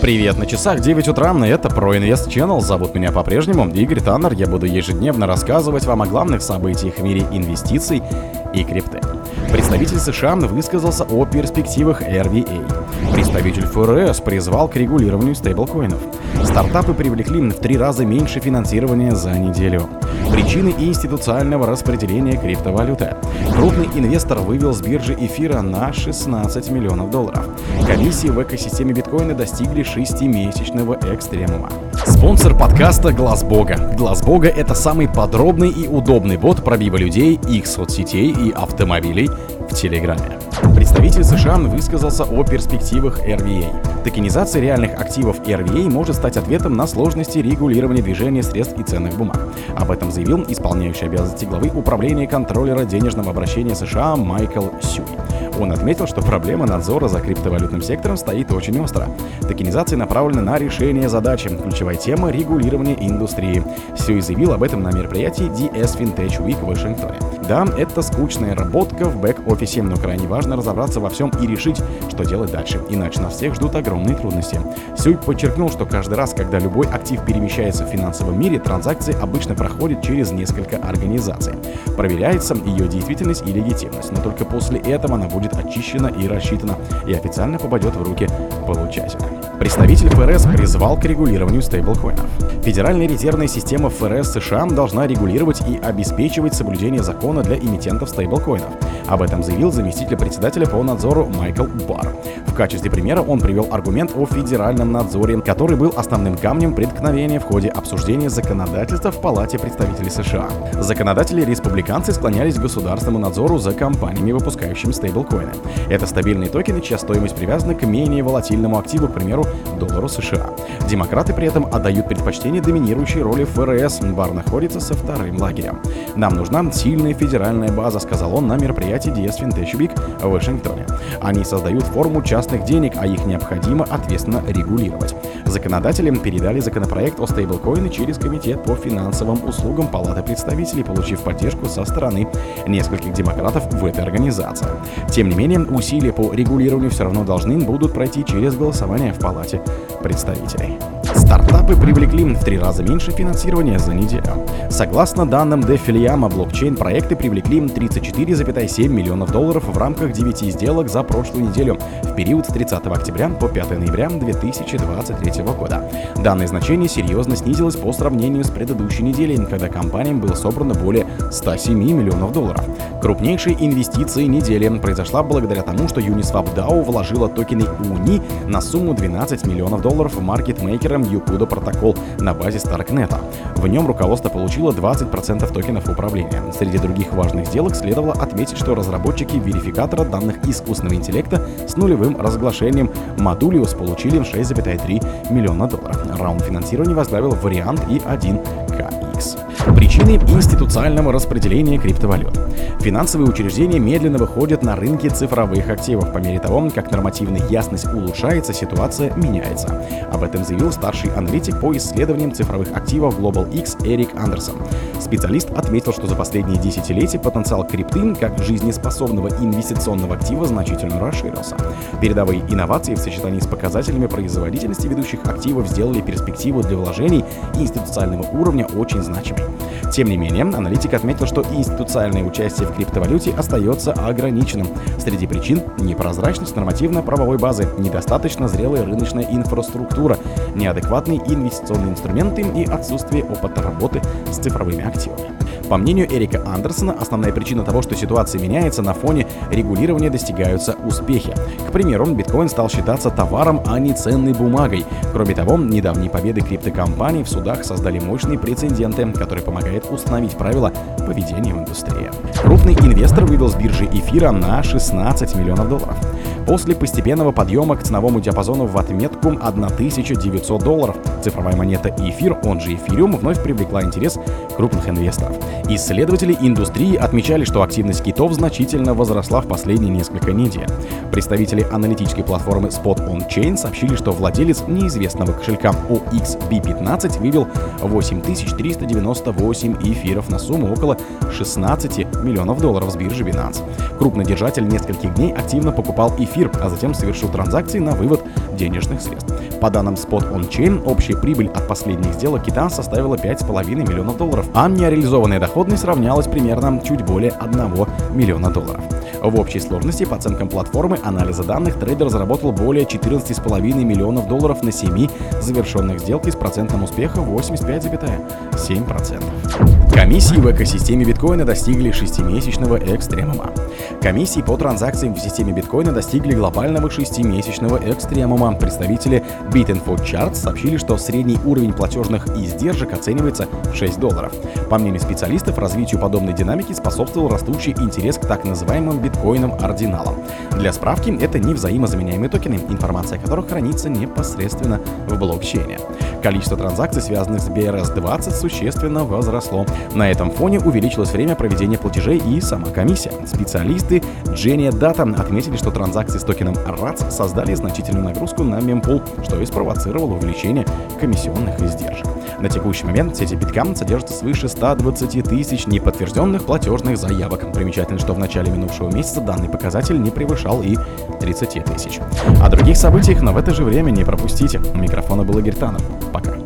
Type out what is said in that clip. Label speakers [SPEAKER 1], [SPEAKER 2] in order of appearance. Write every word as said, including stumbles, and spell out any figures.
[SPEAKER 1] Привет, на часах девять утра, и это ProInvest Channel. Зовут меня по-прежнему Игорь Таннер. Я буду ежедневно рассказывать вам о главных событиях в мире инвестиций и крипты. Представитель США высказался о перспективах эр ви эй. Представитель эф эр эс призвал к регулированию стейблкоинов. Стартапы привлекли в три раза меньше финансирования за неделю. Причины институционального распределения криптовалюты. Крупный инвестор вывел с биржи эфира на шестнадцать миллионов долларов. Комиссии в экосистеме биткоина достигли шестимесячного экстремума. Спонсор подкаста Глаз Бога. Глаз Бога — это самый подробный и удобный бот пробива людей, их соцсетей и автомобилей в Телеграме. Представитель США высказался о перспективах эр ви эй. Токенизация реальных активов эр ви эй может стать ответом на сложности регулирования движения средств и ценных бумаг. Об этом заявил исполняющий обязанности главы управления контроллера денежного обращения США Майкл Сюй. Он отметил, что проблема надзора за криптовалютным сектором стоит очень остро. Токенизация направлена на решение задачи. Ключевая тема — регулирование индустрии. Сюй заявил об этом на мероприятии ди эс Fintech Week в Вашингтоне. Да, это скучная работка в бэк-офисе, но крайне важно разобраться во всем и решить, что делать дальше, иначе нас всех ждут огромные трудности. Сюй подчеркнул, что каждый раз, когда любой актив перемещается в финансовом мире, транзакции обычно проходят через несколько организаций. Проверяется ее действительность и легитимность, но только после этого она будет очищена и рассчитана и официально попадет в руки получателя. Представитель эф эр эс призвал к регулированию стейблкоинов. Федеральная резервная система эф эр эс США должна регулировать и обеспечивать соблюдение закона для эмитентов стейблкоинов. Об этом заявил заместитель председателя по надзору Майкл Барр. В качестве примера он привел аргумент о федеральном надзоре, который был основным камнем преткновения в ходе обсуждения законодательства в Палате представителей США. Законодатели-республиканцы склонялись к государственному надзору за компаниями, выпускающими стейблкоины. Это стабильные токены, чья стоимость привязана к менее волатильному активу, к примеру, доллару США. Демократы при этом отдают предпочтение доминирующей роли эф эр эс. Барр находится со вторым лагерем. «Нам нужна сильная федеральная база», — сказал он на мероприятии ди эс Fintech Week в Вашингтоне. «Они создают форму частных денег, а их необходимо ответственно регулировать». Законодателям передали законопроект о стейблкоине через Комитет по финансовым услугам Палаты представителей, получив поддержку со стороны нескольких демократов в этой организации. Тем не менее, усилия по регулированию все равно должны будут пройти через голосование в Палате представителей. Стартапы привлекли в три раза меньше финансирования за неделю. Согласно данным Дефилиама, блокчейн-проекты привлекли тридцать четыре целых семь десятых миллионов долларов в рамках девяти сделок за прошлую неделю в период с тридцатого октября по пятого ноября две тысячи двадцать третьего года. Данное значение серьезно снизилось по сравнению с предыдущей неделей, когда компаниям было собрано более ста семи миллионов долларов. Крупнейшая инвестиция недели произошла благодаря тому, что Uniswap дао вложила токены УНИ на сумму двенадцать миллионов долларов в маркетмейкером Юкуда протокол на базе Старкнета. В нем руководство получило двадцать процентов токенов управления. Среди других важных сделок следовало отметить, что разработчики верификатора данных искусственного интеллекта с нулевым разглашением Modulius получили шесть целых три миллиона долларов. Раунд финансирования возглавил вариант и один ка икс. Причины институционального распределения криптовалют. Финансовые учреждения медленно выходят на рынки цифровых активов. По мере того, как нормативная ясность улучшается, ситуация меняется. Об этом заявил старший аналитик по исследованиям цифровых активов Global X Эрик Андерсон. Специалист отметил, что за последние десятилетия потенциал крипты как жизнеспособного инвестиционного актива значительно расширился. Передовые инновации в сочетании с показателями производительности ведущих активов сделали перспективу для вложений институционального уровня очень значимой. Тем не менее, аналитик отметил, что институциональное участие в криптовалюте остается ограниченным. Среди причин — непрозрачность нормативно-правовой базы, недостаточно зрелая рыночная инфраструктура, неадекватные инвестиционные инструменты и отсутствие опыта работы с цифровыми активами. По мнению Эрика Андерсона, основная причина того, что ситуация меняется, на фоне регулирования достигаются успехи. К примеру, биткоин стал считаться товаром, а не ценной бумагой. Кроме того, недавние победы криптокомпаний в судах создали мощные прецеденты, которые помогают установить правила поведения в индустрии. Крупный инвестор вывел с биржи эфира на шестнадцать миллионов долларов. После постепенного подъема к ценовому диапазону в отметку тысяча девятьсот долларов, цифровая монета эфир, он же эфириум, вновь привлекла интерес крупных инвесторов. Исследователи индустрии отмечали, что активность китов значительно возросла в последние несколько недель. Представители аналитической платформы Spot on Chain сообщили, что владелец неизвестного кошелька о икс би пятнадцать вывел восемь тысяч триста девяносто восемь эфиров на сумму около шестнадцати миллионов долларов с биржи Binance. Крупный держатель нескольких дней активно покупал эфир, а затем совершил транзакции на вывод денежных средств. По данным Spot On Chain, общая прибыль от последних сделок кита составила пять с половиной миллионов долларов, а нереализованная доходность равнялась примерно чуть более одного миллиона долларов. В общей сложности, по оценкам платформы анализа данных, трейдер заработал более четырнадцати с половиной миллионов долларов на семи завершенных сделках с процентом успеха восемьдесят пять целых семь десятых процента. Комиссии в экосистеме биткоина достигли шестимесячного экстремума. Комиссии по транзакциям в системе биткоина достигли глобального шестимесячного экстремума. Представители BitInfoCharts сообщили, что средний уровень платежных издержек оценивается в шесть долларов. По мнению специалистов, развитию подобной динамики способствовал растущий интерес к так называемым биткоинам-ординалам. Для справки, это невзаимозаменяемые токены, информация о которых хранится непосредственно в блокчейне. Количество транзакций, связанных с би ар эс двадцать, существенно возросло. На этом фоне увеличилось время проведения платежей и сама комиссия. Специалисты Genia Data отметили, что транзакции с токеном ратс создали значительную нагрузку на мемпул, что и спровоцировало увеличение комиссионных издержек. На текущий момент в сети Биткам содержится свыше ста двадцати тысяч неподтвержденных платежных заявок. Примечательно, что в начале минувшего месяца данный показатель не превышал и тридцати тысяч. О других событиях, но в это же время не пропустите. У микрофона был Игорь Таннер. Пока.